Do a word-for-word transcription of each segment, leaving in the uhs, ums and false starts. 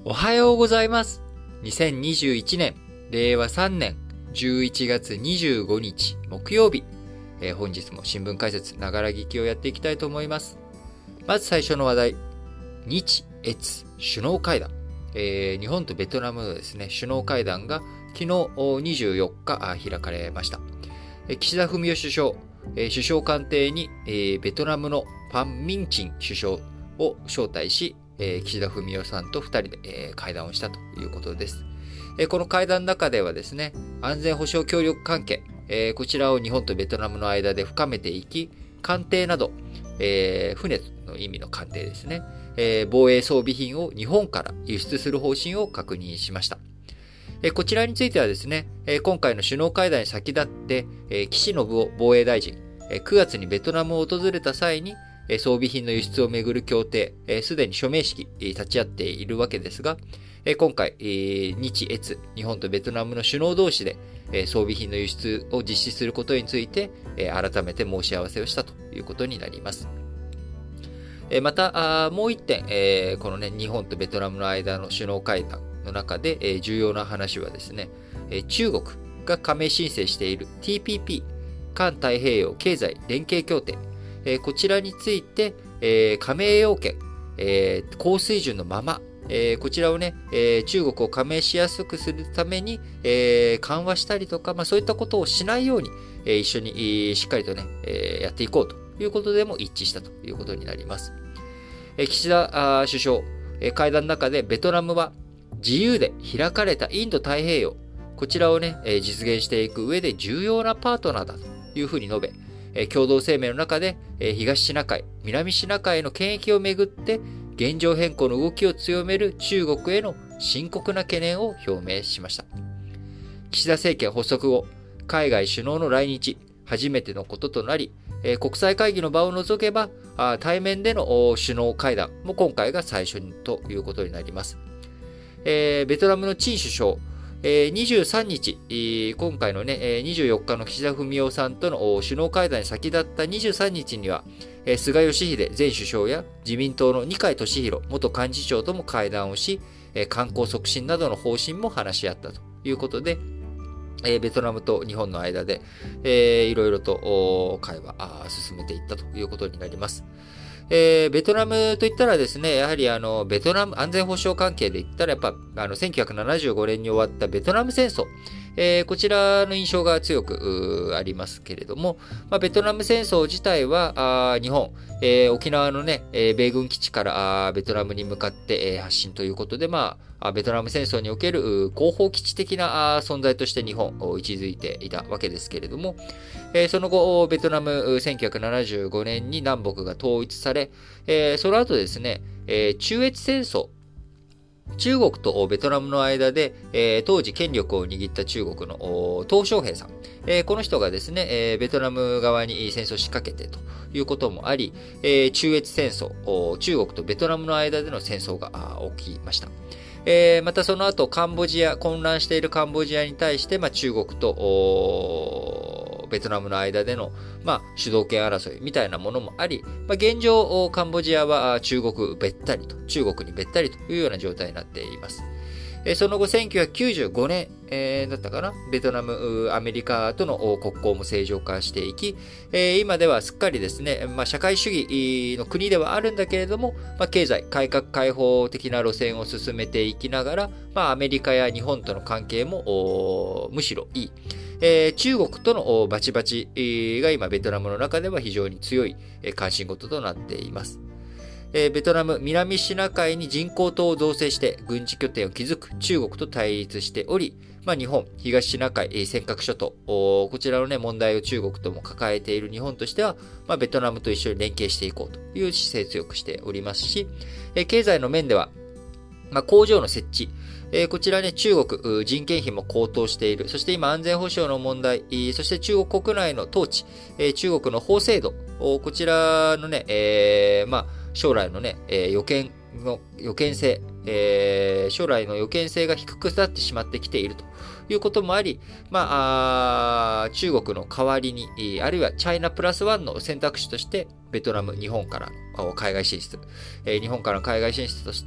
おはようございます。にせんにじゅういちねん、れいわさんねんじゅういちがつにじゅうごにち木曜日、えー、本日も新聞解説、ながら聞きをやっていきたいと思います。まず最初の話題、日越首脳会談、えー、日本とベトナムのですね、首脳会談が昨日にじゅうよっか開かれました。岸田文雄首相、首相官邸にベトナムのファン・ミンチン首相を招待し、岸田文雄さんとふたりで会談をしたということです。この会談の中ではですね、安全保障協力関係、こちらを日本とベトナムの間で深めていき、艦艇など、船の意味の艦艇ですね、防衛装備品を日本から輸出する方針を確認しました。こちらについてはですね、今回の首脳会談に先立って、岸信夫防衛大臣、くがつにベトナムを訪れた際に、装備品の輸出をめぐる協定、すでに署名式立ち会っているわけですが、今回、日越、日本とベトナムの首脳同士で装備品の輸出を実施することについて、改めて申し合わせをしたということになります。また、もう一点、このね、日本とベトナムの間の首脳会談の中で重要な話はですね、中国が加盟申請している ティーピーピー、環太平洋経済連携協定、こちらについて、加盟要件、高水準のまま、こちらをね、中国を加盟しやすくするために、緩和したりとか、まあ、そういったことをしないように、一緒にしっかりとね、やっていこうということでも一致したということになります。岸田首相、会談の中でベトナムは自由で開かれたインド太平洋、こちらをね、実現していく上で重要なパートナーだというふうに述べ、共同声明の中で東シナ海、南シナ海の権益をめぐって現状変更の動きを強める中国への深刻な懸念を表明しました。岸田政権発足後、海外首脳の来日、初めてのこととなり、国際会議の場を除けば、対面での首脳会談も今回が最初ということになります。ベトナムのチン首相、にじゅうさんにち、今回のね、にじゅうよっかの岸田文雄さんとの首脳会談に先立ったにじゅうさんにちには、菅義偉前首相や自民党の二階俊博元幹事長とも会談をし、観光促進などの方針も話し合ったということで、ベトナムと日本の間で、いろいろと会話を進めていったということになります。えー、ベトナムといったらですね、やはりあの、ベトナム安全保障関係で言ったらやっぱ、あの、せんきゅうひゃくななじゅうごねんに終わったベトナム戦争、えー、こちらの印象が強くありますけれども、まあ、ベトナム戦争自体は、あ日本、えー、沖縄のね、えー、米軍基地からあベトナムに向かって、えー、発進ということで、まあ、ベトナム戦争における後方基地的な存在として日本を位置づいていたわけですけれども、えー、その後、ベトナムせんきゅうひゃくななじゅうごねんに南北が統一され、えー、その後ですね、えー、中越戦争、中国とベトナムの間で、えー、当時権力を握った中国の鄧小平さん、えー、この人がですね、えー、ベトナム側に戦争を仕掛けてということもあり、えー、中越戦争、中国とベトナムの間での戦争が起きました。えー、またその後カンボジア、混乱しているカンボジアに対して、まあ、中国とベトナムの間での、まあ、主導権争いみたいなものもあり、まあ、現状カンボジアは中国べったりと、中国にべったりというような状態になっています。その後、せんきゅうひゃくきゅうじゅうごねん、えー、だったかな、ベトナム、アメリカとの国交も正常化していき、えー、今ではすっかりですね、まあ、社会主義の国ではあるんだけれども、まあ、経済、改革開放的な路線を進めていきながら、まあ、アメリカや日本との関係もむしろいい。えー、中国とのバチバチが今、ベトナムの中では非常に強い関心事となっています。ベトナム、南シナ海に人工島を造成して軍事拠点を築く中国と対立しており、まあ、日本、東シナ海、尖閣諸島、こちらのね、問題を中国とも抱えている日本としては、まあ、ベトナムと一緒に連携していこうという姿勢を強くしておりますし、経済の面では、まあ、工場の設置、えー、こちらね、中国、人件費も高騰している。そして今、安全保障の問題、そして中国国内の統治、えー、中国の法制度、こちらのね、えー、まあ、将来のね、えー、予見の、予見性、えー、将来の予見性が低くなってしまってきているということもあり、まあ、あ中国の代わりに、あるいはチャイナプラスワンの選択肢として、ベトナム、日本からの海外進出、えー、日本からの海外進出として、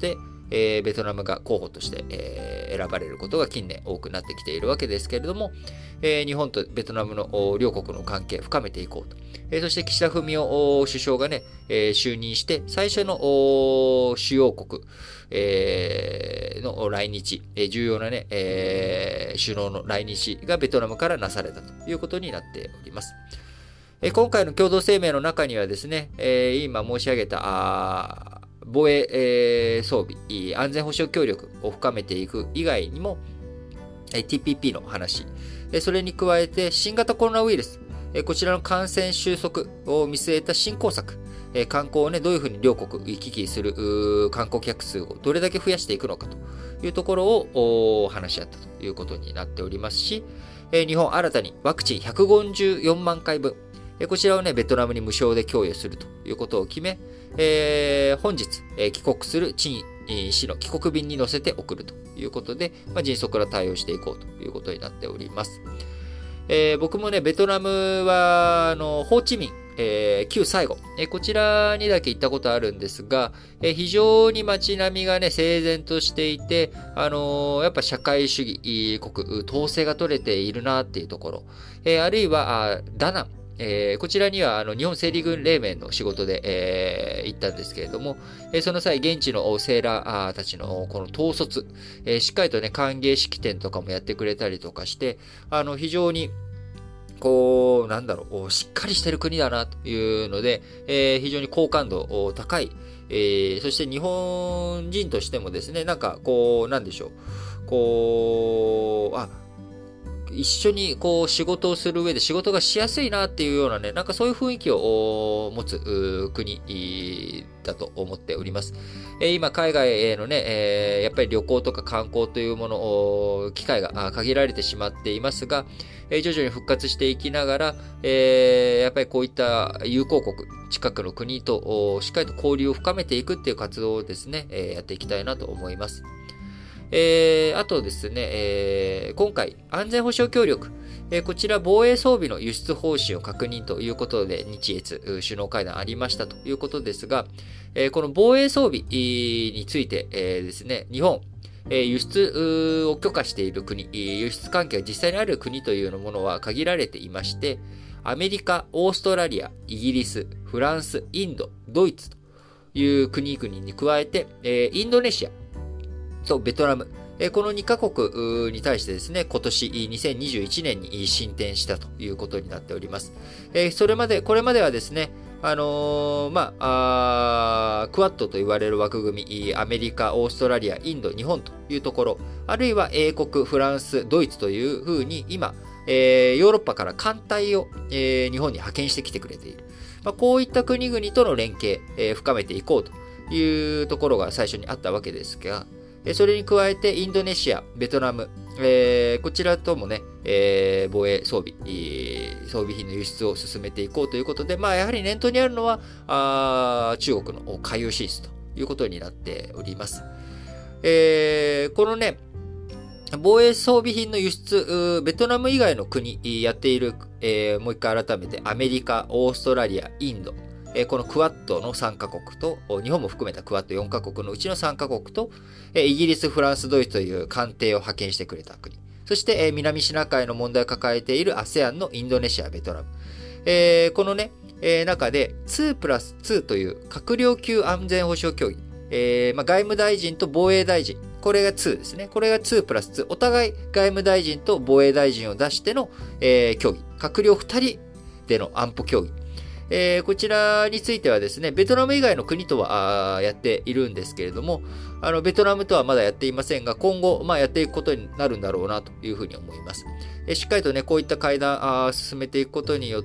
えー、ベトナムが候補として、えー、選ばれることが近年多くなってきているわけですけれども、えー、日本とベトナムの両国の関係を深めていこうと。えー、そして岸田文雄首相がね、えー、就任して最初の主要国、えー、の来日、えー、重要なね、えー、首脳の来日がベトナムからなされたということになっております。えー、今回の共同声明の中にはですね、えー、今申し上げたあ防衛、えー、装備、安全保障協力を深めていく以外にも、えー、ティーピーピー の話、えー、それに加えて新型コロナウイルス、えー、こちらの感染収束を見据えた振興策、えー、観光をね、どういうふうに両国行き来する観光客数をどれだけ増やしていくのかというところを話し合ったということになっておりますし、えー、日本新たにワクチンひゃくごじゅうよんまんかいぶん、えー、こちらをね、ベトナムに無償で供与するということを決め、えー、本日、えー、帰国する陳氏の帰国便に乗せて送るということで、まあ、迅速な対応していこうということになっております。えー、僕もね、ベトナムは、あの、ホーチミン、えー、旧最後、えー、こちらにだけ行ったことあるんですが、えー、非常に街並みがね、整然としていて、あのー、やっぱ社会主義国、統制が取れているなっていうところ、えー、あるいは、あダナン、えー、こちらにはあの日本整理軍連盟の仕事で、えー、行ったんですけれども、えー、その際現地のセーラーたちのこの統率、えー、しっかりとね歓迎式典とかもやってくれたりとかして、あの非常にこうなんだろうしっかりしてる国だなというので、えー、非常に好感度高い、えー、そして日本人としてもですね、なんかこうなんでしょう、こうあ一緒にこう仕事をする上で仕事がしやすいなっていうようなね、なんかそういう雰囲気を持つ国だと思っております。今海外へのね、やっぱり旅行とか観光というもの、機会が限られてしまっていますが、徐々に復活していきながら、やっぱりこういった友好国、近くの国としっかりと交流を深めていくっていう活動をですね、やっていきたいなと思います。えー、あとですね、えー、今回、安全保障協力、えー、こちら防衛装備の輸出方針を確認ということで、日越首脳会談ありましたということですが、えー、この防衛装備について、えー、ですね、日本、えー、輸出を許可している国、輸出関係が実際にある国というものは限られていまして、アメリカ、オーストラリア、イギリス、フランス、インド、ドイツという国々に加えて、えー、インドネシア、とベトナム、このにカ国に対してですね、今年にせんにじゅういちねんに進展したということになっております。それまで、これまではですね、あのー、まあ、あクワッドと言われる枠組み、アメリカ、オーストラリア、インド、日本というところ、あるいは英国、フランス、ドイツというふうに今、えー、ヨーロッパから艦隊を、えー、日本に派遣してきてくれている。まあ、こういった国々との連携、えー、深めていこうというところが最初にあったわけですが、それに加えてインドネシア、ベトナム、えー、こちらともね、えー、防衛装備、装備品の輸出を進めていこうということで、まあやはり念頭にあるのは、あ中国の海洋進出ということになっております。えー、このね、防衛装備品の輸出、ベトナム以外の国やっている、えー、もう一回改めてアメリカ、オーストラリア、インド、このクワッドのさんカ国と、日本も含めたクワッドよんカ国のうちのさんカ国と、イギリス、フランス、ドイツという艦艇を派遣してくれた国。そして、南シナ海の問題を抱えている アセアン のインドネシア、ベトナム。えー、このね、えー、中でにプラスにという閣僚級安全保障協議。えーまあ、外務大臣と防衛大臣。これがにですね。これがにプラスに。お互い外務大臣と防衛大臣を出しての、えー、協議。閣僚ふたりでの安保協議。えー、こちらについてはですね、ベトナム以外の国とはやっているんですけれども、あのベトナムとはまだやっていませんが、今後、まあ、やっていくことになるんだろうなというふうに思います。えー、しっかりとね、こういった会談あ進めていくことによって、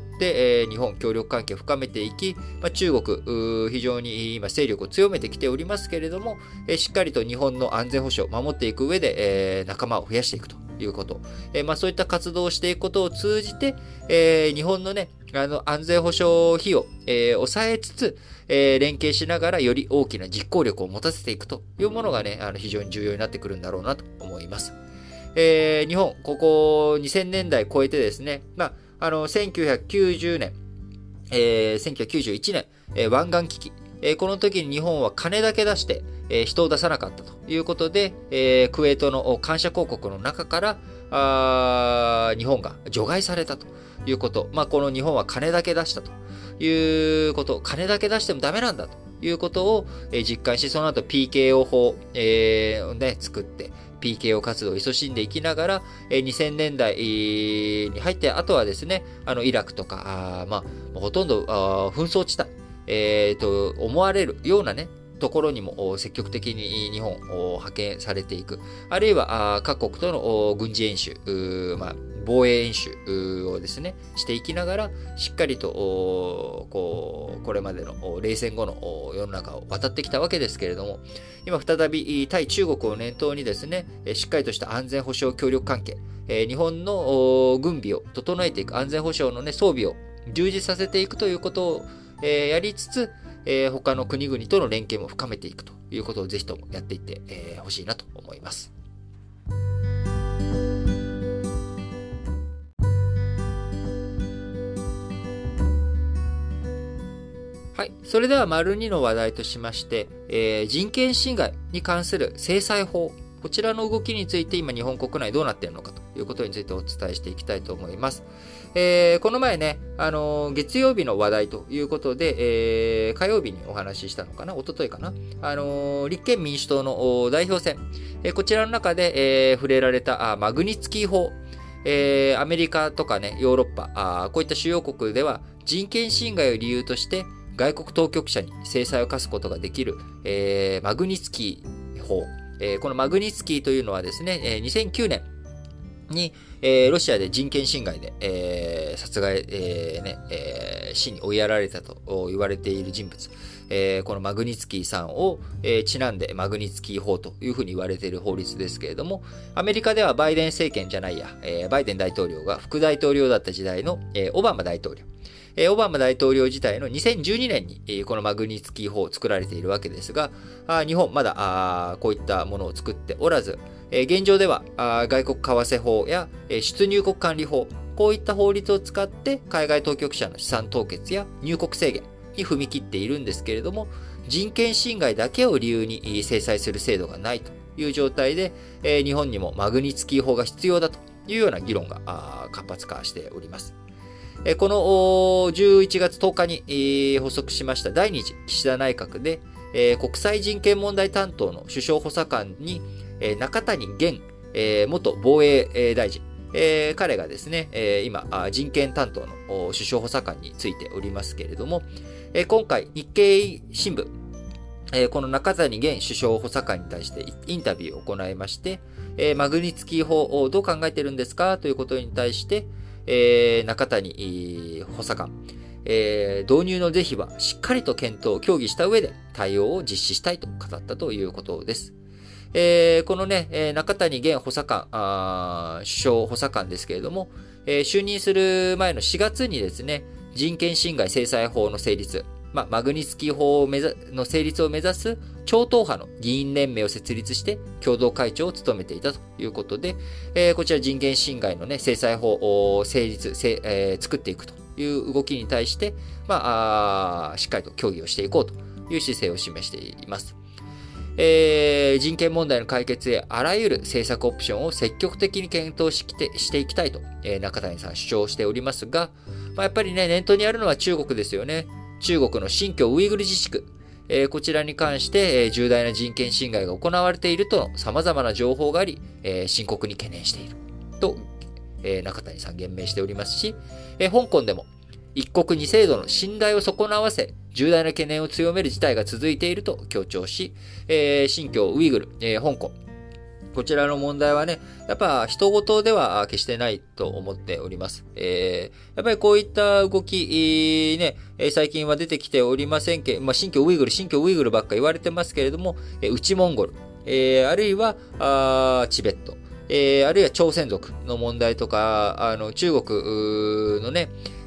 えー、日本協力関係を深めていき、まあ、中国、非常に今勢力を強めてきておりますけれども、えー、しっかりと日本の安全保障を守っていく上で、えー、仲間を増やしていくということ。えーまあ、そういった活動をしていくことを通じて、えー、日本のね、あの安全保障費を、えー、抑えつつ、えー、連携しながらより大きな実行力を持たせていくというものがね、あの非常に重要になってくるんだろうなと思います。えー、日本、ここにせんねんだい超えてですね、まあ、あの、せんきゅうひゃくきゅうじゅうねん、えー、せんきゅうひゃくきゅうじゅういちねん、えー、湾岸危機、 えー、この時に日本は金だけ出して、えー、人を出さなかったということで、えー、クウェートの感謝広告の中から、あ日本が除外されたということ。まあ、この日本は金だけ出したということ。金だけ出してもダメなんだということを実感し、その後 ピーケーオー 法、えー、をね、作って、ピーケーオー 活動を勤しんでいきながら、にせんねんだいに入って、あとはですね、あの、イラクとか、あまあ、ほとんどあ紛争地帯、えー、と思われるようなね、ところにも積極的に日本派遣されていく。あるいは各国との軍事演習、まあ、防衛演習をですね、していきながら、しっかりと、こう、これまでの冷戦後の世の中を渡ってきたわけですけれども、今再び対中国を念頭にですね、しっかりとした安全保障協力関係、日本の軍備を整えていく、安全保障のね、装備を充実させていくということをやりつつ、えー、他の国々との連携も深めていくということをぜひともやっていってほ、えー、しいなと思います。はい。それでは、丸にの話題としまして、えー、人権侵害に関する制裁法。こちらの動きについて今日本国内どうなっているのかということについてお伝えしていきたいと思います。えー、この前ね、あのー、月曜日の話題ということで、えー、火曜日にお話ししたのかな、一昨日かな、あのー、立憲民主党の代表選、えー、こちらの中で、えー、触れられたあマグニツキー法、えー、アメリカとかね、ヨーロッパ、あこういった主要国では人権侵害を理由として外国当局者に制裁を科すことができる、えー、マグニツキー法。えー、このマグニツキーというのはですね、えー、にせんきゅうねんに、えー、ロシアで人権侵害で、えー、殺害、えーねえー、死に追いやられたと言われている人物、えー、このマグニツキーさんを、えー、ちなんでマグニツキー法というふうに言われている法律ですけれども、アメリカではバイデン政権じゃないや、えー、バイデン大統領が副大統領だった時代の、えー、オバマ大統領、えー、オバマ大統領自体のにせんじゅうにねんに、えー、このマグニツキー法を作られているわけですが、あ日本まだあこういったものを作っておらず、えー、現状ではあ外国為替法や、えー、出入国管理法、こういった法律を使って海外当局者の資産凍結や入国制限に踏み切っているんですけれども、人権侵害だけを理由に制裁する制度がないという状態で、えー、日本にもマグニツキー法が必要だというような議論があ活発化しております。このじゅういちがつとおかに発足しましただいに次岸田内閣で、国際人権問題担当の首相補佐官に中谷元元防衛大臣、彼がですね、今人権担当の首相補佐官についておりますけれども、今回日経新聞、この中谷元首相補佐官に対してインタビューを行いまして、マグニツキー法をどう考えているんですかということに対して、えー、中谷補佐官、えー、導入の是非はしっかりと検討、協議した上で対応を実施したいと語ったということです。えー、このね、中谷元補佐官、あ首相補佐官ですけれども、えー、就任する前のしがつにですね、人権侵害制裁法の成立、まあ、マグニツキー法を目指の成立を目指す超党派の議員連盟を設立して共同会長を務めていたということで、えー、こちら人権侵害の、ね、制裁法を成立、えー、作っていくという動きに対して、まあ、あしっかりと協議をしていこうという姿勢を示しています。えー、人権問題の解決へあらゆる政策オプションを積極的に検討してしていきたいと、えー、中谷さん主張しておりますが、まあ、やっぱりね、念頭にあるのは中国ですよね。中国の新疆ウイグル自治区、えー、こちらに関して、えー、重大な人権侵害が行われていると様々な情報があり、えー、深刻に懸念していると、えー、中谷さん言明しておりますし、えー、香港でも一国二制度の信頼を損なわせ、重大な懸念を強める事態が続いていると強調し、えー、新疆ウイグル、えー、香港、こちらの問題はね、やっぱ人事では決してないと思っております。えー、やっぱりこういった動き、ね、最近は出てきておりませんけど、まあ、新疆ウイグル、新疆ウイグルばっか言われてますけれども、内モンゴル、えー、あるいはあチベット、えー、あるいは朝鮮族の問題とか、あの中国のね、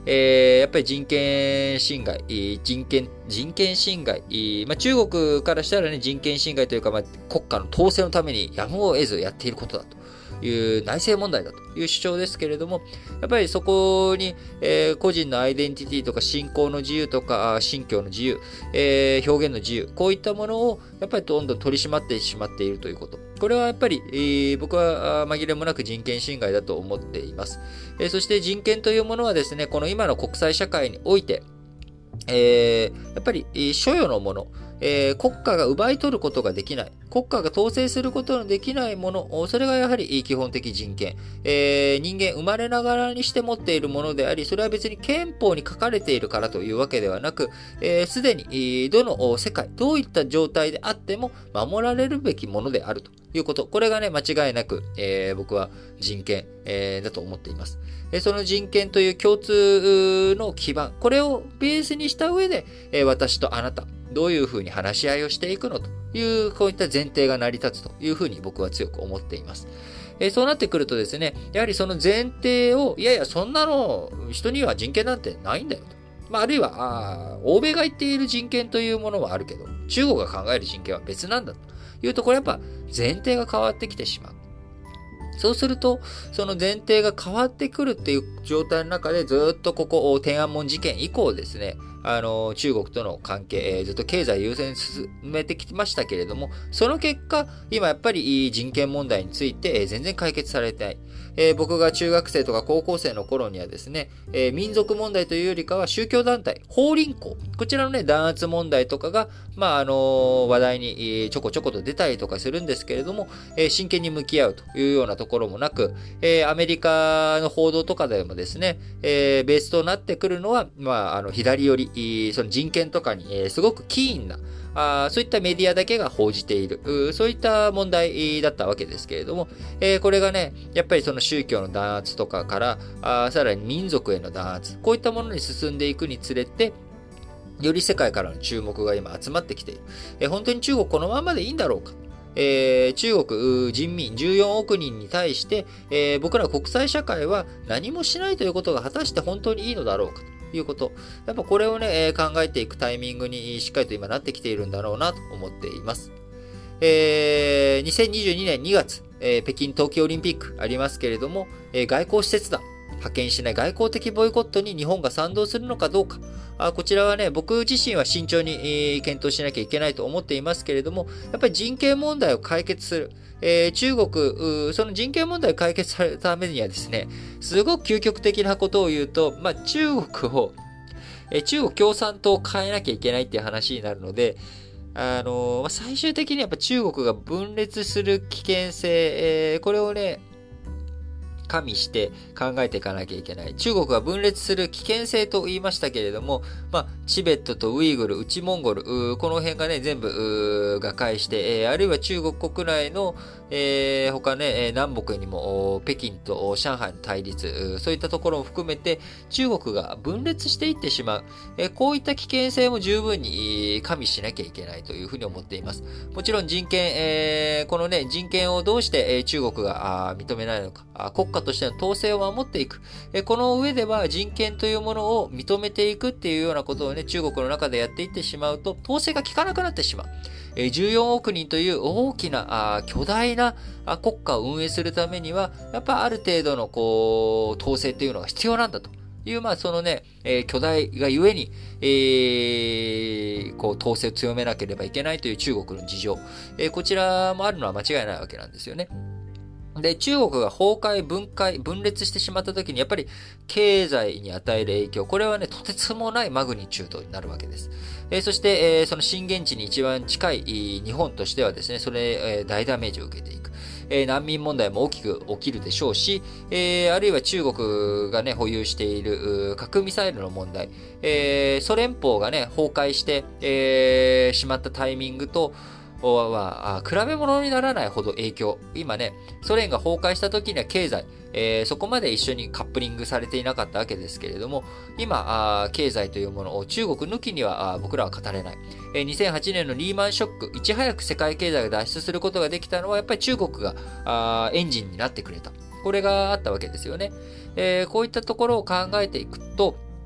えー、やっぱり人権侵害、人権、人権侵害、まあ、中国からしたらね、人権侵害というか、まあ、国家の統制のためにやむを得ずやっていることだという内政問題だという主張ですけれども、やっぱりそこに、えー、個人のアイデンティティとか信仰の自由とか信教の自由、えー、表現の自由、こういったものをやっぱりどんどん取り締まってしまっているということ。これはやっぱり、えー、僕は紛れもなく人権侵害だと思っています。えー、そして人権というものはですね、この今の国際社会において、えー、やっぱり、所与のもの、えー、国家が奪い取ることができない、国家が統制することのできないもの、それがやはり基本的人権、えー、人間生まれながらにして持っているものであり、それは別に憲法に書かれているからというわけではなく、す、えー、で、にどの世界、どういった状態であっても守られるべきものであるということ。これがね、間違いなく、えー、僕は人権、えー、だと思っています。その人権という共通の基盤、これをベースにした上で、えー、私とあなた、どういうふうに話し合いをしていくのという、こういった前提が成り立つというふうに僕は強く思っています。えー、そうなってくるとですね、やはりその前提を、いやいや、そんなの、人には人権なんてないんだよと。まあ、あるいは、あ欧米が言っている人権というものはあるけど、中国が考える人権は別なんだというと、これやっぱ前提が変わってきてしまう。そうすると、その前提が変わってくるっていう状態の中で、ずっとここ、天安門事件以降ですね、あの、中国との関係、ずっと経済優先進めてきましたけれども、その結果、今やっぱり人権問題について全然解決されてない。えー、僕が中学生とか高校生の頃にはですね、えー、民族問題というよりかは宗教団体、法輪功、こちらのね、弾圧問題とかが、まあ、あのー、話題にちょこちょこと出たりとかするんですけれども、えー、真剣に向き合うというようなところもなく、えー、アメリカの報道とかでもですね、えー、ベースとなってくるのは、まあ、あの、左寄り、その人権とかに、えー、すごくキーンな、あそういったメディアだけが報じている、そういった問題だったわけですけれども、えー、これがね、やっぱりその宗教の弾圧とかから、あさらに民族への弾圧、こういったものに進んでいくにつれて、より世界からの注目が今集まってきている。えー、本当に中国このままでいいんだろうか。えー、中国人民じゅうよんおくにんに対して、えー、僕ら国際社会は何もしないということが果たして本当にいいのだろうかということ。やっぱこれをね、考えていくタイミングにしっかりと今なってきているんだろうなと思っています。えー、にせんにじゅうにねんにがつ、えー、北京冬季オリンピックありますけれども、えー、外交使節団、派遣しない外交的ボイコットに日本が賛同するのかどうか。あこちらはね、僕自身は慎重に、えー、検討しなきゃいけないと思っていますけれども、やっぱり人権問題を解決する。えー、中国、その人権問題を解決されるためにはですね、すごく究極的なことを言うと、まあ、中国を、えー、中国共産党を変えなきゃいけないっていう話になるので、あのー、最終的にやっぱ中国が分裂する危険性、えー、これをね、加味して考えていかなきゃいけない。中国が分裂する危険性と言いましたけれども、まあ、チベットとウイグル、内モンゴル、この辺がね、全部、瓦解して、えー、あるいは中国国内の、えー、他ね、南北にも、北京と上海の対立、そういったところも含めて、中国が分裂していってしまう。えー、こういった危険性も十分に加味しなきゃいけないというふうに思っています。もちろん人権、えー、このね、人権をどうして中国が認めないのか、国家としての統制を守っていく。この上では人権というものを認めていくっていうようなことをね、中国の中でやっていってしまうと、統制が効かなくなってしまう。じゅうよんおくにんという大きな、巨大な国家を運営するためには、やっぱある程度のこう、統制というのが必要なんだと。いう、まあ、そのね、えー、巨大がゆえに、えー、こう、統制を強めなければいけないという中国の事情。えー、こちらもあるのは間違いないわけなんですよね。で、中国が崩壊、分解、分裂してしまった時に、やっぱり経済に与える影響、これはね、とてつもないマグニチュードになるわけです。えー、そして、えー、その震源地に一番近い日本としてはですね、それ、えー、大ダメージを受けていく。えー、難民問題も大きく起きるでしょうし、えー、あるいは中国がね、保有している核ミサイルの問題、えー、ソ連邦がね、崩壊して、えー、しまったタイミングと、は比べ物にならないほど影響。今ね、ソ連が崩壊した時には経済、えー、そこまで一緒にカップリングされていなかったわけですけれども、今、あ経済というものを中国抜きにはあ僕らは語れない、えー。にせんはちねんのリーマンショック、いち早く世界経済が脱出することができたのは、やっぱり中国があエンジンになってくれた。これがあったわけですよね。えー、こういったところを考えていくと、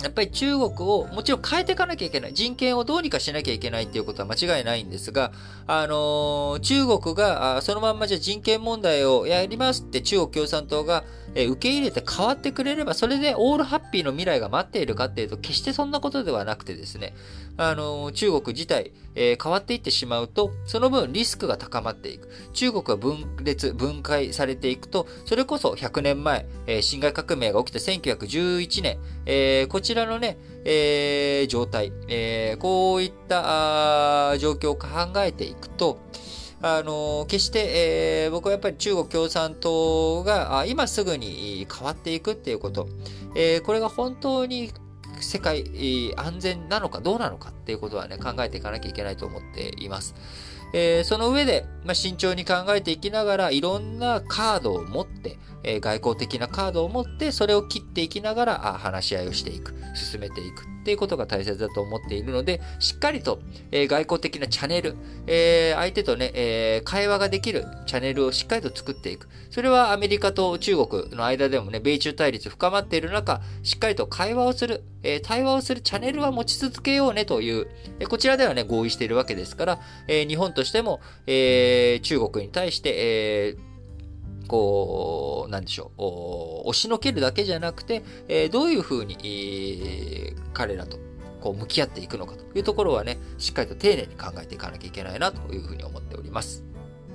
やっぱり中国をもちろん変えていかなきゃいけない。人権をどうにかしなきゃいけないっていうことは間違いないんですが、あのー、中国がそのまんまじゃ人権問題をやりますって中国共産党が受け入れて変わってくれれば、それでオールハッピーの未来が待っているかっていうと、決してそんなことではなくてですね、あのー、中国自体、えー、変わっていってしまうと、その分リスクが高まっていく。中国が分裂、分解されていくと、それこそひゃくねんまえ、えー、辛亥革命が起きたせんきゅうひゃくじゅういちねん、えー、こちらのね、えー、状態、えー、こういった状況を考えていくと、あの、決して、えー、僕はやっぱり中国共産党が今すぐに変わっていくっていうこと、えー、これが本当に世界安全なのかどうなのかっていうことはね、考えていかなきゃいけないと思っています。えー、その上で、まあ、慎重に考えていきながら、いろんなカードを持って、えー、外交的なカードを持って、それを切っていきながら、あ話し合いをしていく、進めていくっていうことが大切だと思っているので、しっかりと、えー、外交的なチャンネル、えー、相手とね、えー、会話ができるチャンネルをしっかりと作っていく。それはアメリカと中国の間でもね、米中対立深まっている中、しっかりと会話をする、えー、対話をするチャンネルは持ち続けようねという、えー、こちらではね、合意しているわけですから、えー、日本としても、えー、中国に対して、えーこう、なんでしょう、押しのけるだけじゃなくて、えー、どういうふうに、えー、彼らとこう向き合っていくのかというところはね、しっかりと丁寧に考えていかなきゃいけないなというふうに思っております。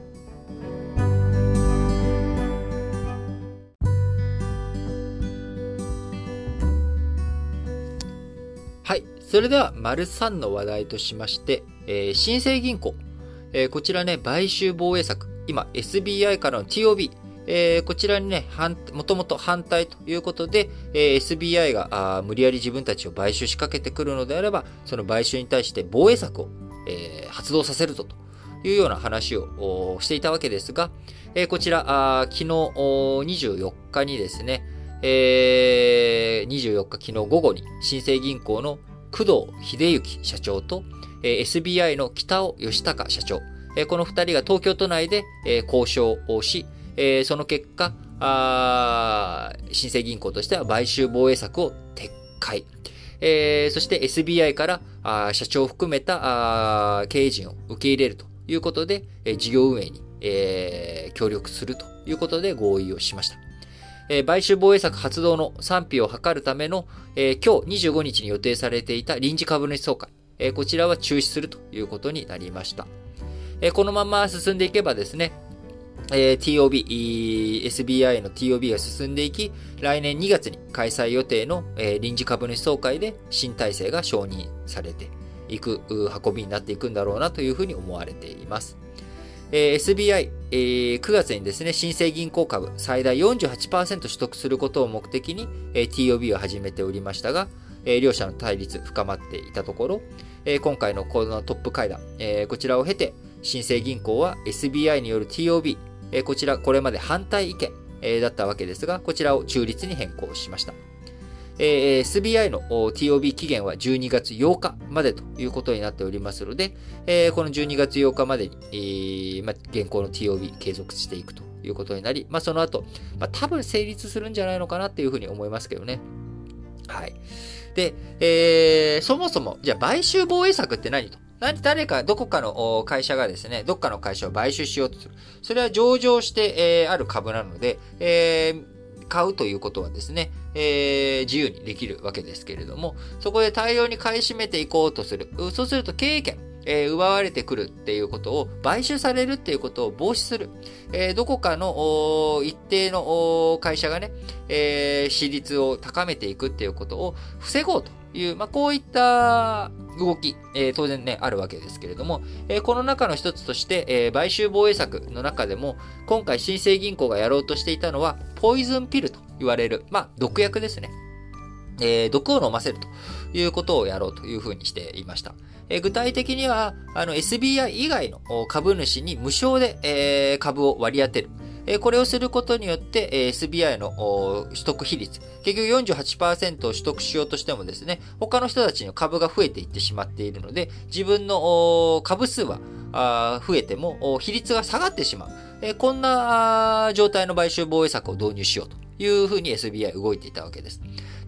はい。それでは、丸さんの話題としまして、えー、新生銀行。えー、こちらね、買収防衛策。今、エスビーアイ からの ティーオービー。えー、こちらにね、もともと反対ということで、えー、エスビーアイ が無理やり自分たちを買収しかけてくるのであれば、その買収に対して防衛策を、えー、発動させるとというような話をしていたわけですが、えー、こちら、昨日にじゅうよっかにですね、えー、にじゅうよっか昨日午後に新生銀行の工藤秀幸社長と、えー、エスビーアイ の北尾義孝社長、えー、この二人が東京都内で、えー、交渉をし、えー、その結果、あ新生銀行としては買収防衛策を撤回。えー、そして エスビーアイ からあ社長を含めたあ経営陣を受け入れるということで、えー、事業運営に、えー、協力するということで合意をしました。えー、買収防衛策発動の賛否を図るための、えー、今日にじゅうごにちに予定されていた臨時株主総会、えー、こちらは中止するということになりました。えー、このまま進んでいけばですね、えー、ティーオービー、エスビーアイ の ティーオービー が進んでいき、来年にがつに開催予定の、えー、臨時株主総会で新体制が承認されていく運びになっていくんだろうなというふうに思われています。えー、エスビーアイ、えー、くがつにですね、新生銀行株最大 よんじゅうはちパーセント 取得することを目的に、えー、ティーオービー を始めておりましたが、えー、両者の対立深まっていたところ、えー、今回のこのトップ会談、えー、こちらを経て、新生銀行は エスビーアイ による ティーオービー、えー、こちら、これまで反対意見、えー、だったわけですが、こちらを中立に変更しました。えー、エスビーアイ の ティーオービー 期限はじゅうにがつようかまでということになっておりますので、えー、このじゅうにがつようかまでに、えーまあ、現行の ティーオービー 継続していくということになり、まあ、その後、まあ、多分成立するんじゃないのかなっていうふうに思いますけどね。はい。で、えー、そもそも、じゃあ買収防衛策って何と？誰か、どこかの会社がですね、どっかの会社を買収しようとする。それは上場して、えー、ある株なので、えー、買うということはですね、えー、自由にできるわけですけれども、そこで大量に買い占めていこうとする。そうすると経営権、えー、奪われてくるっていうことを、買収されるっていうことを防止する。えー、どこかの一定の会社がね、えー、私立を高めていくっていうことを防ごうという、まあ、こういった動き、えー、当然ね、あるわけですけれども、えー、この中の一つとして、えー、買収防衛策の中でも、今回新生銀行がやろうとしていたのは、ポイズンピルと言われる、まあ、毒薬ですね。えー、毒を飲ませるということをやろうというふうにしていました。えー、具体的には、あの エスビーアイ 以外の株主に無償で、えー、株を割り当てる。えー、これをすることによって、えー、エスビーアイ の取得比率、結局 よんじゅうはちパーセント を取得しようとしてもですね、他の人たちの株が増えていってしまっているので、自分の株数はあ増えても比率が下がってしまう。えー、こんな状態の買収防衛策を導入しようというふうに エスビーアイ 動いていたわけです。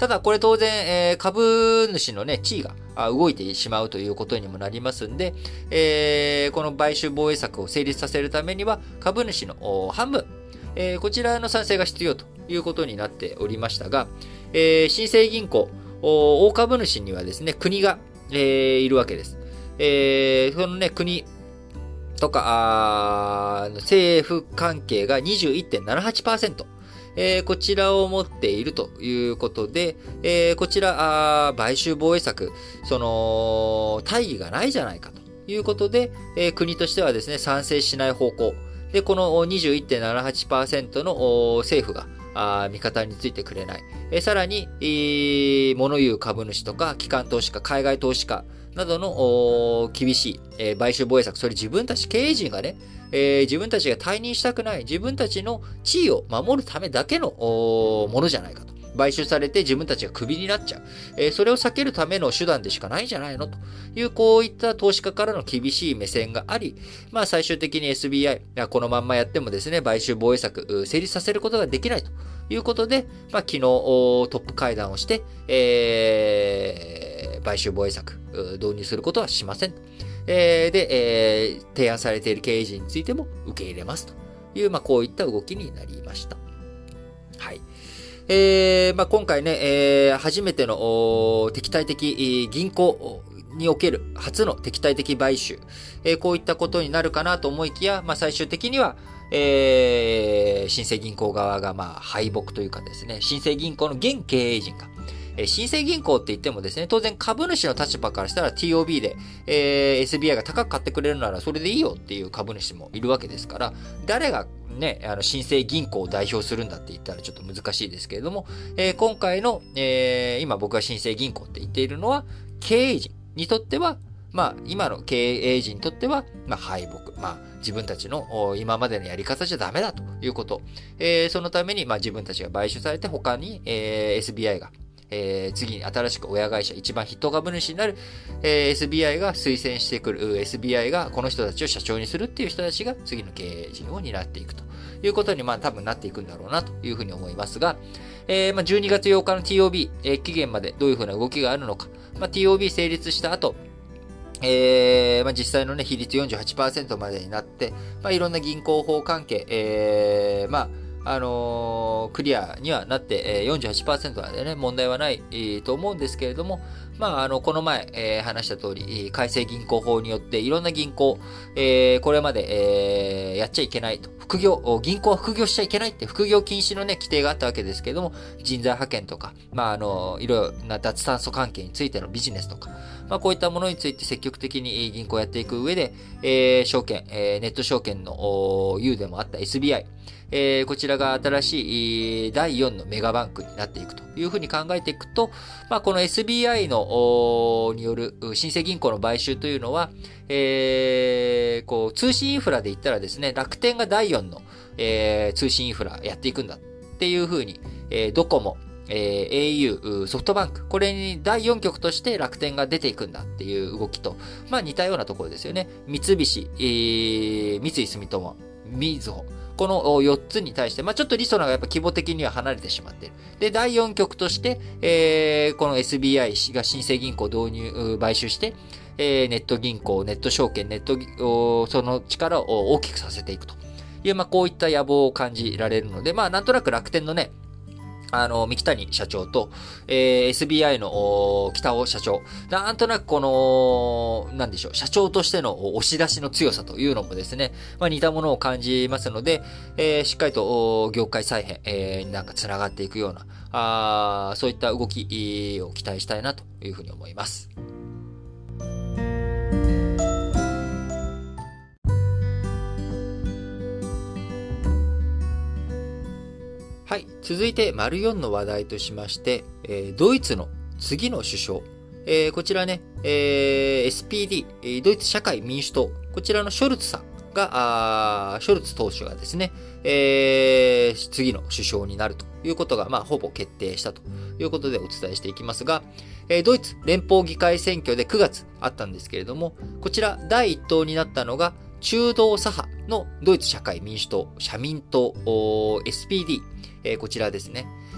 ただこれ当然、えー、株主のね、地位が動いてしまうということにもなりますんで、えー、この買収防衛策を成立させるためには、株主の半分、えー、こちらの賛成が必要ということになっておりましたが、えー、新生銀行、大株主にはですね、国が、えー、いるわけです。えー、そのね、国とか、政府関係が にじゅういってんななはちパーセント。えー、こちらを持っているということで、えー、こちら、買収防衛策、その、大義がないじゃないかということで、えー、国としてはですね、賛成しない方向。で、この にじゅういってんななはちパーセント の政府が、あ味方についてくれない。えー、さらに、えー、物言う株主とか、機関投資家、海外投資家などの厳しい、えー、買収防衛策、それ自分たち経営陣がね、えー、自分たちが退任したくない、自分たちの地位を守るためだけのものじゃないかと。買収されて自分たちがクビになっちゃう。えー、それを避けるための手段でしかないんじゃないのという、こういった投資家からの厳しい目線があり、まあ最終的に エスビーアイ、このまんまやってもですね、買収防衛策、成立させることができないということで、まあ昨日トップ会談をして、えー、買収防衛策、導入することはしません。えー、で、えー、提案されている経営陣についても受け入れますという、まあこういった動きになりました。はい。えー、まあ今回ね、えー、初めての敵対的銀行における初の敵対的買収、えー、こういったことになるかなと思いきや、まあ最終的には、えー、新生銀行側がまあ敗北というかですね、新生銀行の現経営陣が、えー、新生銀行って言ってもですね、当然株主の立場からしたら ティーオービー で、えー、エスビーアイ が高く買ってくれるならそれでいいよっていう株主もいるわけですから、誰がね、あの、新生銀行を代表するんだって言ったらちょっと難しいですけれども、えー、今回の、えー、今僕が新生銀行って言っているのは、経営陣にとっては、まあ、今の経営陣にとっては、まあ、敗北。まあ、自分たちの今までのやり方じゃダメだということ。えー、そのために、まあ、自分たちが買収されて、他に、えー、エスビーアイ が、えー、次に新しく親会社、一番筆頭株主になる、えー、エスビーアイ が推薦してくる、エスビーアイ がこの人たちを社長にするっていう人たちが次の経営陣を担っていくということに、まあ多分なっていくんだろうなというふうに思いますが、えー、まあじゅうにがつようかの ティーオービー、えー、期限までどういうふうな動きがあるのか、まあ ティーオービー 成立した後、えー、まあ実際のね、比率 よんじゅうはちパーセント までになって、まあいろんな銀行法関係、えー、まああのー、クリアにはなって、よんじゅうはちパーセント なんでね、問題はない、えー、と思うんですけれども、まあ、あの、この前、えー、話した通り、改正銀行法によって、いろんな銀行、えー、これまで、えー、やっちゃいけないと。副業、銀行は副業しちゃいけないって、副業禁止のね、規定があったわけですけれども、人材派遣とか、まあ、あの、いろいろな脱炭素関係についてのビジネスとか、まあ、こういったものについて積極的に銀行をやっていく上で、えー、証券、えー、ネット証券の U でもあった エスビーアイ、えー、こちらが新しいだいよんのメガバンクになっていくというふうに考えていくと、まあ、この エスビーアイ の、による新生銀行の買収というのは、えー、こう、通信インフラで言ったらですね、楽天がだいよんの、えー、通信インフラやっていくんだっていうふうに、えー、ドコモ、えー、エーユー、ソフトバンク、これにだいよん局として楽天が出ていくんだっていう動きと、まあ似たようなところですよね。三菱、えー、三井住友、みずほ、このよっつに対して、まあちょっとリソナがやっぱ規模的には離れてしまっている。で、だいよん局として、えー、この エスビーアイ が新生銀行導入、買収して、えー、ネット銀行、ネット証券、ネット、その力を大きくさせていくという、まあこういった野望を感じられるので、まあなんとなく楽天のね、あの、三木谷社長と、えー、エスビーアイ の北尾社長。なんとなくこの、なんでしょう、社長としての押し出しの強さというのもですね、まあ似たものを感じますので、えー、しっかりと業界再編、えー、なんか繋がっていくような、あそういった動きを期待したいなというふうに思います。はい。続いて、丸よんの話題としまして、えー、ドイツの次の首相。えー、こちらね、えー、エスピーディー、ドイツ社会民主党。こちらのショルツさんが、ショルツ党首がですね、えー、次の首相になるということが、まあ、ほぼ決定したということでお伝えしていきますが、えー、ドイツ連邦議会選挙でくがつあったんですけれども、こちらだいいっ党になったのが、中道左派のドイツ社会民主党、社民党、エスピーディー、えー、こちらですね。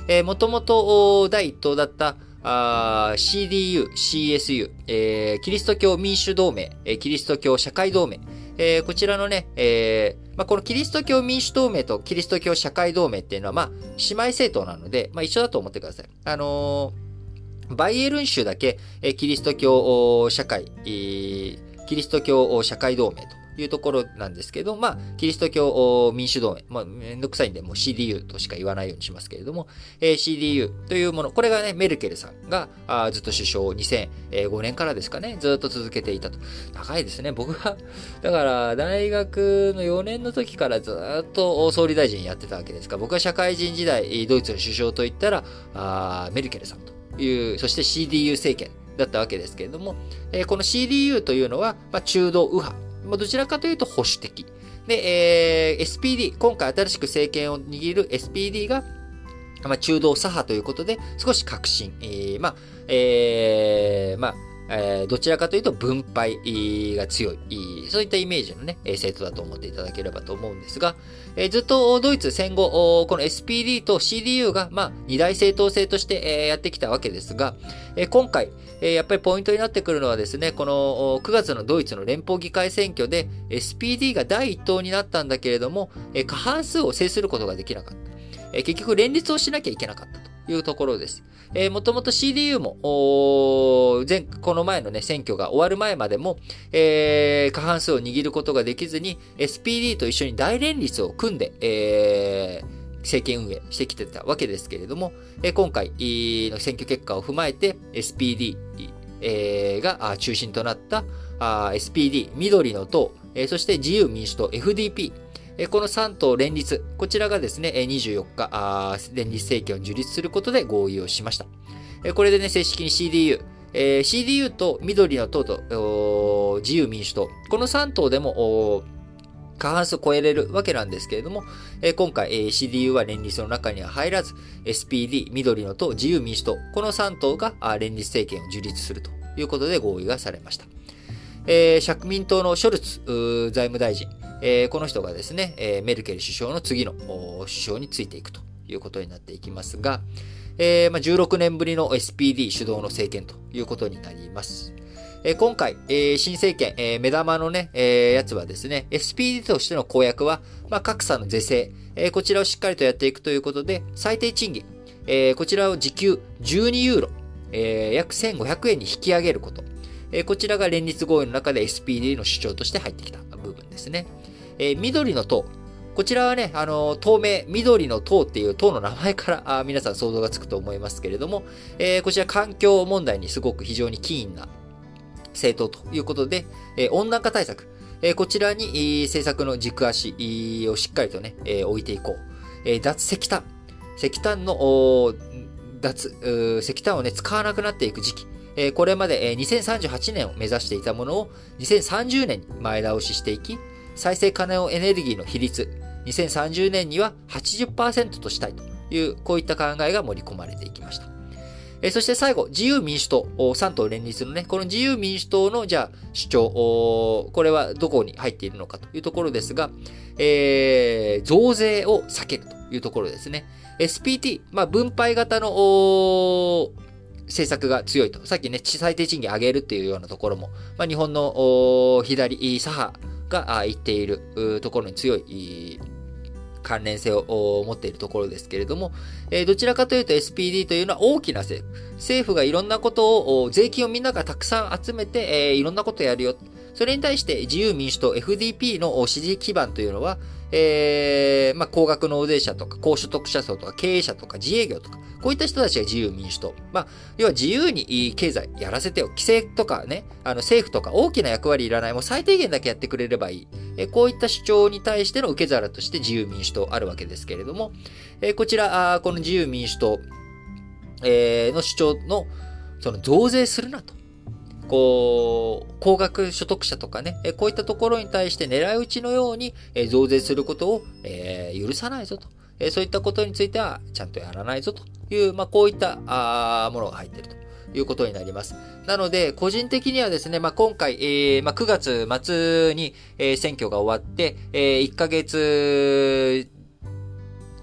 えー、もともと第一党だったあ シーディーユー、シーエスユー、えー、キリスト教民主同盟、えー、キリスト教社会同盟、えー、こちらのね、えーまあ、このキリスト教民主同盟とキリスト教社会同盟っていうのは、まあ、姉妹政党なので、まあ、一緒だと思ってください。あのー、バイエルン州だけ、えー、キリスト教社会、えー、キリスト教社会同盟というところなんですけど、まあ、キリスト教民主同盟、まあ、めんどくさいんで、もう シーディーユー としか言わないようにしますけれども、えー、シーディーユー というもの、これがね、メルケルさんがあずっと首相をにせんごねんからですかね、ずっと続けていたと。長いですね。僕が、だから、大学のよねんの時からずっと総理大臣やってたわけですが、僕は社会人時代、ドイツの首相といったら、あメルケルさんという、そして シーディーユー 政権だったわけですけれども、えー、この シーディーユー というのは、まあ、中道右派。どちらかというと保守的。で、えー、エスピーディー、今回新しく政権を握る エスピーディー が、まあ、中道左派ということで、少し革新。えー、まあ、えー、まあ、えー、どちらかというと分配が強い、そういったイメージのね、政党だと思っていただければと思うんですが、えー、ずっとドイツ戦後、この エスピーディー と シーディーユー が、まあ、二大政党制として、えー、やってきたわけですが、えー、今回、えー、やっぱりポイントになってくるのはですね、このくがつのドイツの連邦議会選挙で エスピーディー が第一党になったんだけれども、えー、過半数を制することができなかった。えー、結局連立をしなきゃいけなかったというところです。えー、もともと シーディーユー も、前、この前のね、選挙が終わる前までも、えー、過半数を握ることができずに、エスピーディー と一緒に大連立を組んで、えー、政権運営してきてたわけですけれども、えー、今回の選挙結果を踏まえて、エスピーディー、えー、が中心となった、エスピーディー、緑の党、えー、そして自由民主党、エフディーピー、このさん党連立、こちらがですね、にじゅうよっか、連立政権を樹立することで合意をしました。これでね、正式に シーディーユー、えー、シーディーユー と緑の党と自由民主党、このさん党でも過半数を超えれるわけなんですけれども、えー、今回、えー、シーディーユー は連立の中には入らず、エスピーディー、緑の党、自由民主党、このさん党が連立政権を樹立するということで合意がされました。えー、社民党のショルツ財務大臣、えー、この人がですね、えー、メルケル首相の次の首相についていくということになっていきますが、えーまあ、じゅうろくねんぶりの エスピーディー 主導の政権ということになります。えー、今回、えー、新政権、えー、目玉のね、えー、やつはですね、エスピーディー としての公約は、まあ、格差の是正、えー、こちらをしっかりとやっていくということで、最低賃金、えー、こちらを時給じゅうにユーロ、えー、約せんごひゃくえんに引き上げること。えー、こちらが連立合意の中で エスピーディー の主張として入ってきた部分ですね。えー、緑の党。こちらはね、あのー、党名、緑の党っていう党の名前からあ皆さん想像がつくと思いますけれども、えー、こちら環境問題にすごく非常にキーンな政党ということで、えー、温暖化対策。えー、こちらに、えー、政策の軸足をしっかりとね、えー、置いていこう。えー、脱石炭。石炭の、脱、石炭をね、使わなくなっていく時期。これまでにせんさんじゅうはちねんを目指していたものをにせんさんじゅうねんに前倒ししていき、再生可能エネルギーの比率、にせんさんじゅうねんには はちじゅっパーセント としたいという、こういった考えが盛り込まれていきました。えそして最後、自由民主党、さん党連立のね、この自由民主党のじゃあ主張、これはどこに入っているのかというところですが、えー、増税を避けるというところですね。エスピーティー、まあ分配型の政策が強いと。さっきね、最低賃金上げるっていうようなところも、まあ、日本の左、左派が言っているところに強い関連性を持っているところですけれども、どちらかというと エスピーディー というのは大きな政府。政府がいろんなことを、税金をみんながたくさん集めて、いろんなことをやるよ。それに対して自由民主党 エフディーピー の支持基盤というのは、えー、まあ、高額納税者とか、高所得者層とか、経営者とか、自営業とか、こういった人たちが自由民主党。まあ、要は自由に経済やらせてよ。規制とかね、あの政府とか大きな役割いらない。もう最低限だけやってくれればいい。えこういった主張に対しての受け皿として自由民主党あるわけですけれども、えこちら、この自由民主党、えー、の主張の、その増税するなと。こう、高額所得者とかね、こういったところに対して狙い撃ちのように増税することを許さないぞと。そういったことについてはちゃんとやらないぞという、まあ、こういったものが入っているということになります。なので、個人的にはですね、まあ、今回、えーまあ、くがつ末に選挙が終わって、いっかげつ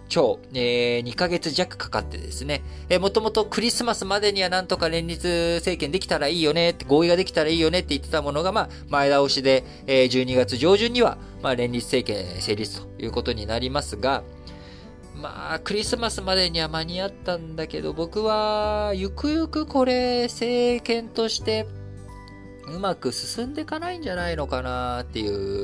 超、えー、にかげつ弱かかってですね、えー、もともとクリスマスまでにはなんとか連立政権できたらいいよねって、合意ができたらいいよねって言ってたものが、まあ、前倒しで、えー、じゅうにがつ上旬には、まあ、連立政権成立ということになりますが、まあ、クリスマスまでには間に合ったんだけど、僕は、ゆくゆくこれ、政権として、うまく進んでいかないんじゃないのかなっていう、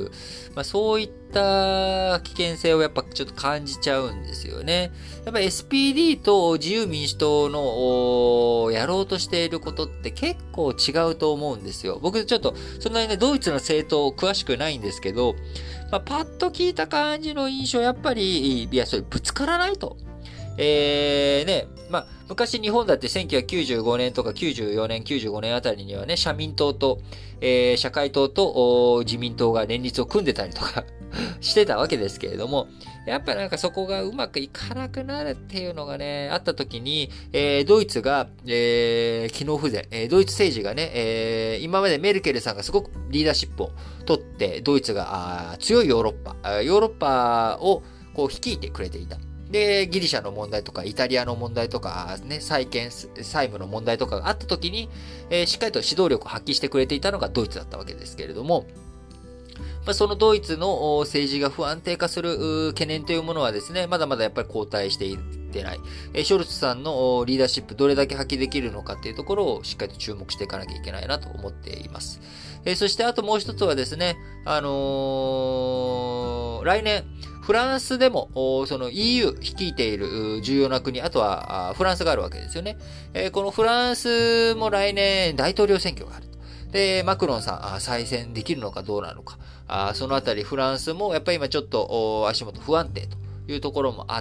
まあそういった危険性をやっぱちょっと感じちゃうんですよね。やっぱ エスピーディー と自由民主党のやろうとしていることって結構違うと思うんですよ。僕ちょっとそんなにね、ドイツの政党詳しくないんですけど、まあパッと聞いた感じの印象、やっぱり、いや、それぶつからないと。えー、ね、まあ、昔日本だってせんきゅうひゃくきゅうじゅうごねんとかきゅうじゅうよねん、きゅうじゅうごねんあたりにはね、社民党と、えー、社会党と自民党が連立を組んでたりとかしてたわけですけれども、やっぱなんかそこがうまくいかなくなるっていうのがね、あった時に、えー、ドイツが、えー、機能不全、えー、ドイツ政治がね、えー、今までメルケルさんがすごくリーダーシップを取って、ドイツが強いヨーロッパ、ヨーロッパをこう率いてくれていた。で、ギリシャの問題とか、イタリアの問題とか、ね、債権、債務の問題とかがあった時に、えー、しっかりと指導力を発揮してくれていたのがドイツだったわけですけれども、まあ、そのドイツの政治が不安定化する懸念というものはですね、まだまだやっぱり後退していってない。えー、ショルツさんのリーダーシップどれだけ発揮できるのかっていうところをしっかりと注目していかなきゃいけないなと思っています。えー、そしてあともう一つはですね、あのー、来年、フランスでも、その イーユー 率いている重要な国、あとはフランスがあるわけですよね。えー、このフランスも来年大統領選挙があると。で、マクロンさん、再選できるのかどうなのか。あそのあたりフランスもやっぱり今ちょっと足元不安定というところもあって、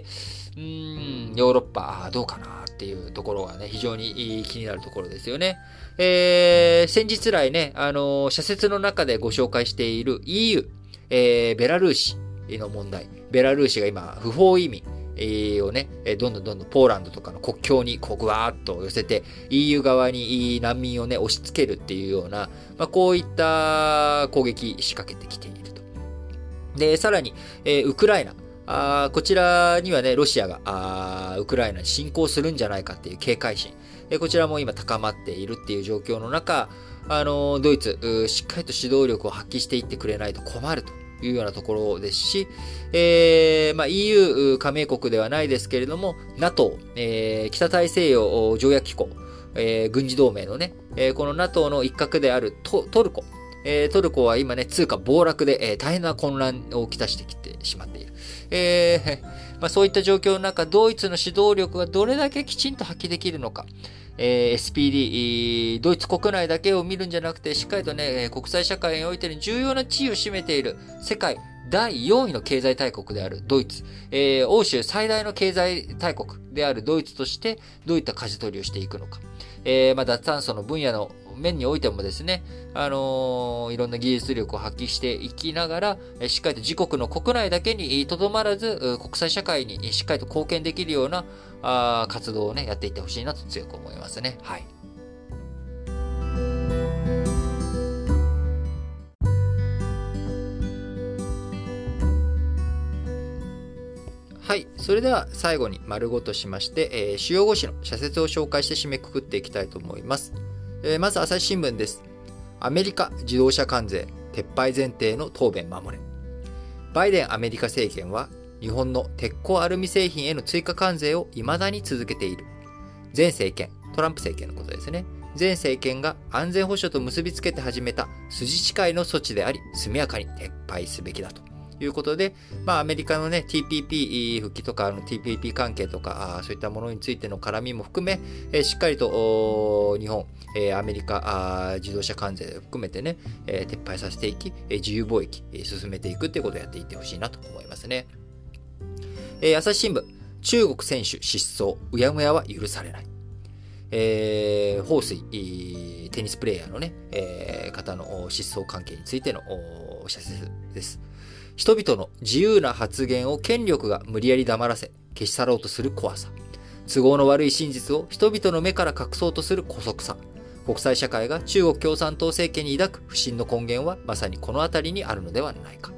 うーん、ヨーロッパどうかなっていうところがね、非常に気になるところですよね。えー、先日来ね、あのー、社説の中でご紹介している イーユー、えー、ベラルーシ、の問題。ベラルーシが今、不法移民をね、どんどんどんどんポーランドとかの国境にこうぐわーっと寄せて、イーユー 側に難民をね、押し付けるっていうような、まあ、こういった攻撃仕掛けてきていると。で、さらに、えー、ウクライナ。あこちらにはね、ロシアがあウクライナに侵攻するんじゃないかっていう警戒心。えー、こちらも今高まっているっていう状況の中、あのー、ドイツ、しっかりと指導力を発揮していってくれないと困ると。いうようなところですし、えー、まあ イーユー 加盟国ではないですけれども、NATO、えー、北大西洋条約機構、えー、軍事同盟のね、えー、この NATO の一角である ト, トルコ、えー、トルコは今ね、通貨暴落で、えー、大変な混乱をきたしてきてしまっている。えーまあ、そういった状況の中、ドイツの指導力がどれだけきちんと発揮できるのか。えー、エスピーディー、ドイツ国内だけを見るんじゃなくて、しっかりとね、国際社会において重要な地位を占めている世界だいよんいの経済大国であるドイツ、えー、欧州最大の経済大国であるドイツとして、どういった舵取りをしていくのか。えー、まあ、脱炭素の分野の面においてもですね、あのー、いろんな技術力を発揮していきながら、しっかりと自国の国内だけにとどまらず、国際社会にしっかりと貢献できるようなあ活動をね、やっていってほしいなと強く思いますね。はい。はい。それでは最後に丸ごとしまして、えー、主要語詞の社説を紹介して締めくくっていきたいと思います。えー、まず朝日新聞です。アメリカ自動車関税撤廃前提の答弁守れ。バイデンアメリカ政権は日本の鉄鋼アルミ製品への追加関税を未だに続けている。前政権、トランプ政権のことですね。前政権が安全保障と結びつけて始めた筋違いの措置であり、速やかに撤廃すべきだということで、まあアメリカのね、ティーピーピー 復帰とか、あの ティーピーピー 関係とか、そういったものについての絡みも含め、えー、しっかりと日本、えー、アメリカ自動車関税を含めてね、えー、撤廃させていき、えー、自由貿易、えー、進めていくっていうことをやっていってほしいなと思いますね。えー、朝日新聞、中国選手失踪、うやむやは許されない。えー、彭帥、テニスプレーヤーのね、えー、方の失踪関係についての社説です。人々の自由な発言を権力が無理やり黙らせ、消し去ろうとする怖さ。都合の悪い真実を人々の目から隠そうとする姑息さ。国際社会が中国共産党政権に抱く不信の根源はまさにこのあたりにあるのではないか。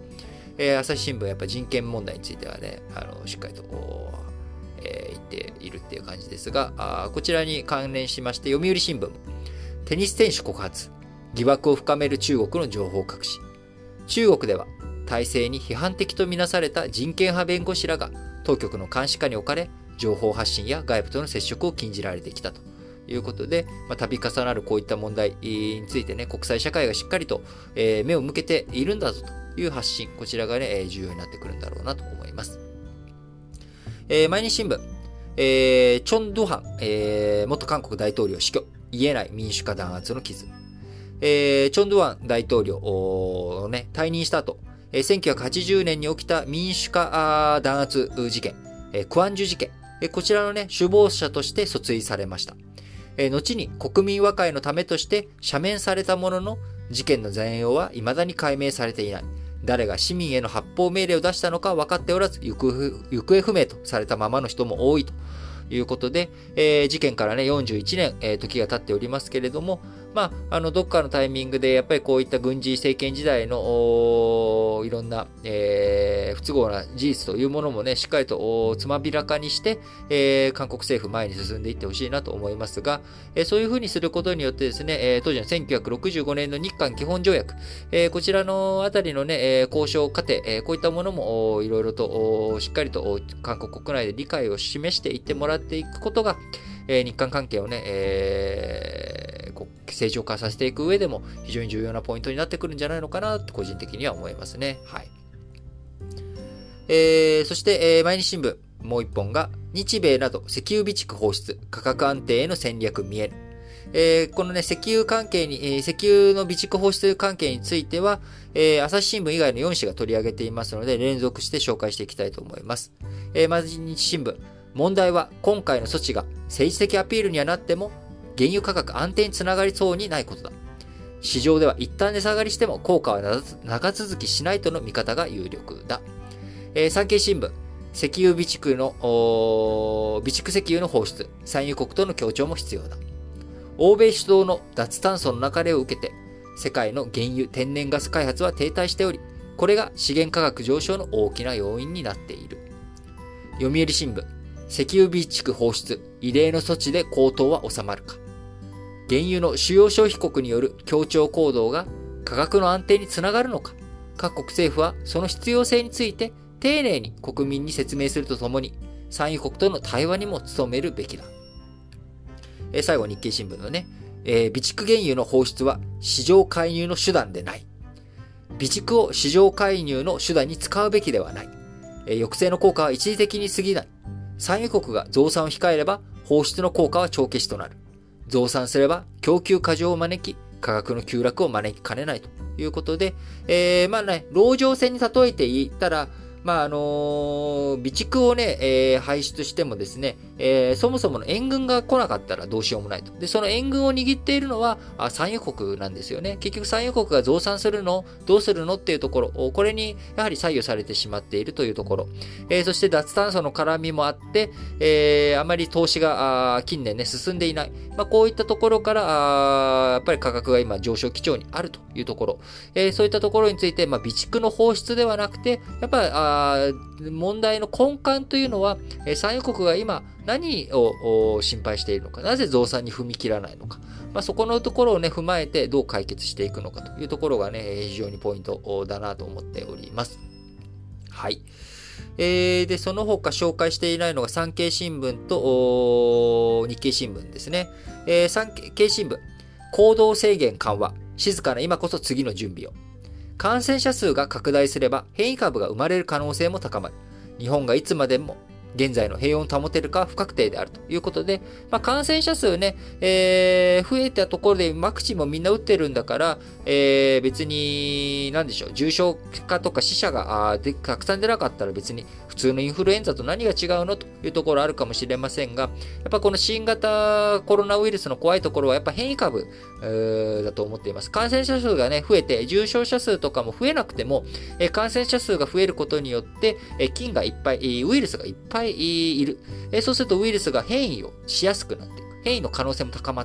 えー、朝日新聞やっぱ人権問題についてはね、あの、しっかりと、えー、言っているっていう感じですが、あこちらに関連しまして、読売新聞も、テニス選手告発、疑惑を深める中国の情報隠し。中国では、体制に批判的とみなされた人権派弁護士らが、当局の監視下に置かれ、情報発信や外部との接触を禁じられてきたということで、まあ、度重なるこういった問題についてね、国際社会がしっかりと、えー、目を向けているんだぞという発信、こちらがね、重要になってくるんだろうなと思います。えー、毎日新聞、えー、チョン・ドゥハン、えー、元韓国大統領死去、癒えない民主化弾圧の傷。えー、チョン・ドゥハン大統領を、ね、退任した後、せんきゅうひゃくはちじゅうねんに起きた民主化弾圧事件、クアンジュ事件、こちらのね、首謀者として訴追されました。後に国民和解のためとして赦免されたものの、事件の全容は未だに解明されていない。誰が市民への発砲命令を出したのか分かっておらず、行方不明とされたままの人も多いということで、えー、事件からね、よんじゅういちねん、えー、時が経っておりますけれども、まあ、あの、どっかのタイミングで、やっぱりこういった軍事政権時代の、いろんな、えー、不都合な事実というものもね、しっかりとつまびらかにして、えー、韓国政府前に進んでいってほしいなと思いますが、えー、そういうふうにすることによってですね、えー、当時のせんきゅうひゃくろくじゅうごねんの日韓基本条約、えー、こちらのあたりのね、えー、交渉過程、えー、こういったものも、いろいろと、しっかりと韓国国内で理解を示していってもらっていくことが、えー、日韓関係をね、えー正常化させていく上でも非常に重要なポイントになってくるんじゃないのかなと個人的には思いますね。はい。えー、そして、えー、毎日新聞もう一本が日米など石油備蓄放出価格安定への戦略見える。えー、このね石油関係に、えー、石油の備蓄放出関係については、えー、朝日新聞以外のよん紙が取り上げていますので連続して紹介していきたいと思います。えー、毎日新聞問題は今回の措置が政治的アピールにはなっても原油価格安定につながりそうにないことだ。市場では一旦値下がりしても効果は長続きしないとの見方が有力だ。えー、産経新聞、石油備蓄の、備蓄石油の放出、産油国との協調も必要だ。欧米主導の脱炭素の流れを受けて、世界の原油・天然ガス開発は停滞しており、これが資源価格上昇の大きな要因になっている。読売新聞、石油備蓄放出、異例の措置で高騰は収まるか。原油の主要消費国による協調行動が価格の安定につながるのか。各国政府はその必要性について丁寧に国民に説明するとともに、産油国との対話にも努めるべきだ。えー、最後、日経新聞のね、えー、備蓄原油の放出は市場介入の手段でない。備蓄を市場介入の手段に使うべきではない。えー、抑制の効果は一時的に過ぎない。産油国が増産を控えれば放出の効果は帳消しとなる。増産すれば供給過剰を招き、価格の急落を招きかねないということで、えー、まあね、籠城戦に例えて言ったら、まああのー、備蓄をね、えー、排出してもですね、えー、そもそもの援軍が来なかったらどうしようもないと。で、その援軍を握っているのはあ産油国なんですよね。結局産油国が増産するのどうするのっていうところ、これにやはり左右されてしまっているというところ。えー、そして脱炭素の絡みもあって、えー、あまり投資があ近年ね、進んでいない。まあ、こういったところからあ、やっぱり価格が今上昇基調にあるというところ。えー、そういったところについて、まあ、備蓄の放出ではなくて、やっぱりあ問題の根幹というのは、産油国が今何を心配しているのか、なぜ増産に踏み切らないのか、まあ、そこのところをね、踏まえてどう解決していくのかというところがね、非常にポイントだなと思っております。はい。えー、で、その他紹介していないのが産経新聞と日経新聞ですね。えー、産経新聞、行動制限緩和、静かな今こそ次の準備を。感染者数が拡大すれば変異株が生まれる可能性も高まる。日本がいつまでも現在の平穏を保てるかは不確定であるということで、まあ、感染者数ね、えー、増えたところでワクチンもみんな打ってるんだから、えー、別に、なんでしょう、重症化とか死者がでたくさん出なかったら別に普通のインフルエンザと何が違うのというところあるかもしれませんが、やっぱこの新型コロナウイルスの怖いところはやっぱ変異株だと思っています。感染者数がね、増えて、重症者数とかも増えなくても、えー、感染者数が増えることによって、えー、菌がいっぱい、ウイルスがいっぱいいる。えー、そうするとウイルスが変異をしやすくなっていく。変異の可能性も高まっていく。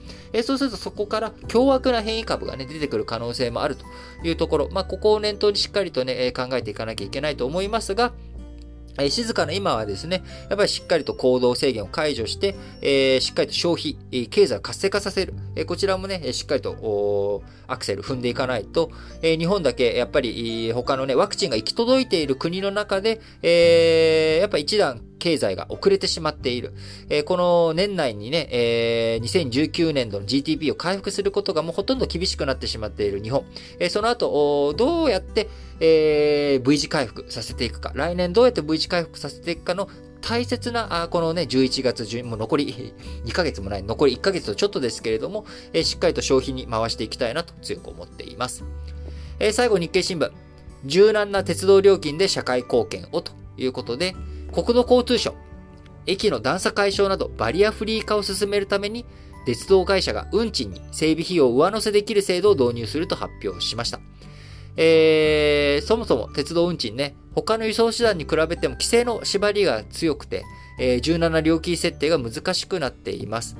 えー、そうするとそこから凶悪な変異株がね、出てくる可能性もあるというところ、まあ、ここを念頭にしっかりとね、考えていかなきゃいけないと思いますが、えー、静かな今はですね、やっぱりしっかりと行動制限を解除して、えー、しっかりと消費、えー、経済を活性化させる。えー、こちらもね、しっかりとアクセル踏んでいかないと、えー、日本だけやっぱり他のね、ワクチンが行き届いている国の中で、えー、やっぱり一段経済が遅れてしまっている。えー、この年内にね、えー、にせんじゅうきゅうねんどの ジーディーピー を回復することがもうほとんど厳しくなってしまっている日本。えー、その後、どうやって、えー、V 字回復させていくか。来年どうやって V 字回復させていくかの大切な、あこのね、じゅういちがつ、もう残りにかげつもない、残りいっかげつとちょっとですけれども、えー、しっかりと消費に回していきたいなと強く思っています。えー、最後、日経新聞。柔軟な鉄道料金で社会貢献をということで、国土交通省、駅の段差解消などバリアフリー化を進めるために、鉄道会社が運賃に整備費用を上乗せできる制度を導入すると発表しました。えー、そもそも鉄道運賃ね、他の輸送手段に比べても規制の縛りが強くて、えー、柔軟な料金設定が難しくなっています。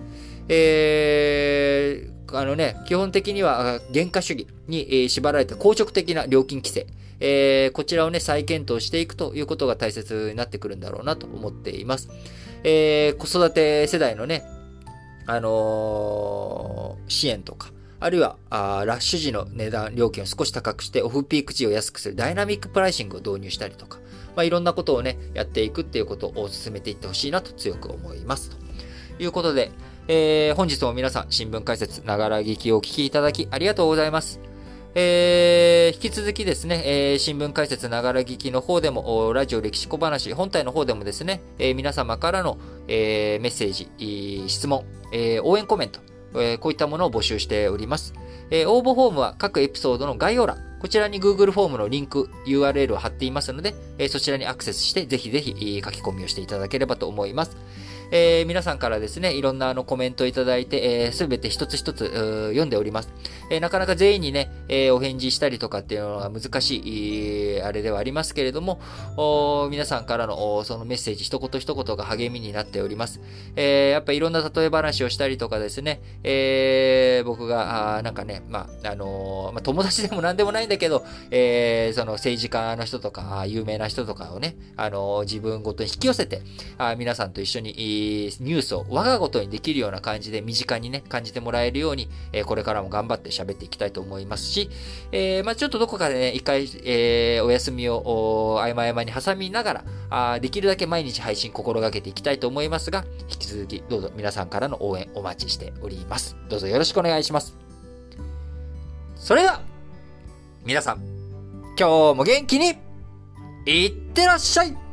えー、あのね、基本的には原価主義に縛られた硬直的な料金規制。えー、こちらをね、再検討していくということが大切になってくるんだろうなと思っています。えー、子育て世代のね、あのー、支援とか、あるいはあラッシュ時の値段、料金を少し高くして、オフピーク時を安くするダイナミックプライシングを導入したりとか、まあ、いろんなことをね、やっていくっていうことを進めていってほしいなと強く思います。ということで、えー、本日も皆さん、新聞解説、ながら聞きをお聞きいただきありがとうございます。えー、引き続きですね、えー、新聞解説ながら聞きの方でも、ラジオ歴史小話、本体の方でもですね、えー、皆様からの、えー、メッセージ、質問、えー、応援コメント、えー、こういったものを募集しております。えー、応募フォームは各エピソードの概要欄、こちらに Google フォームのリンク、ユーアールエル を貼っていますので、えー、そちらにアクセスして、ぜひぜひ書き込みをしていただければと思います。えー、皆さんからですね、いろんなあのコメントいただいて、すべ、えー、て一つ一つ読んでおります。えー、なかなか全員にね、えー、お返事したりとかっていうのが難しい、えー、あれではありますけれども、皆さんからのそのメッセージ一言一言が励みになっております。えー、やっぱいろんな例え話をしたりとかですね、えー、僕が、あなんかね、まあ、あのー、まあ、友達でもなんでもないんだけど、えー、その政治家の人とか、有名な人とかをね、あのー、自分ごとに引き寄せて、あ皆さんと一緒に、ニュースを我がことにできるような感じで身近にね、感じてもらえるように、えー、これからも頑張って喋っていきたいと思いますし、えー、まあちょっとどこかでね、一回、えー、お休みを合間合間に挟みながら、あできるだけ毎日配信心がけていきたいと思いますが、引き続きどうぞ皆さんからの応援お待ちしております。どうぞよろしくお願いします。それでは、皆さん、今日も元気に、いってらっしゃい。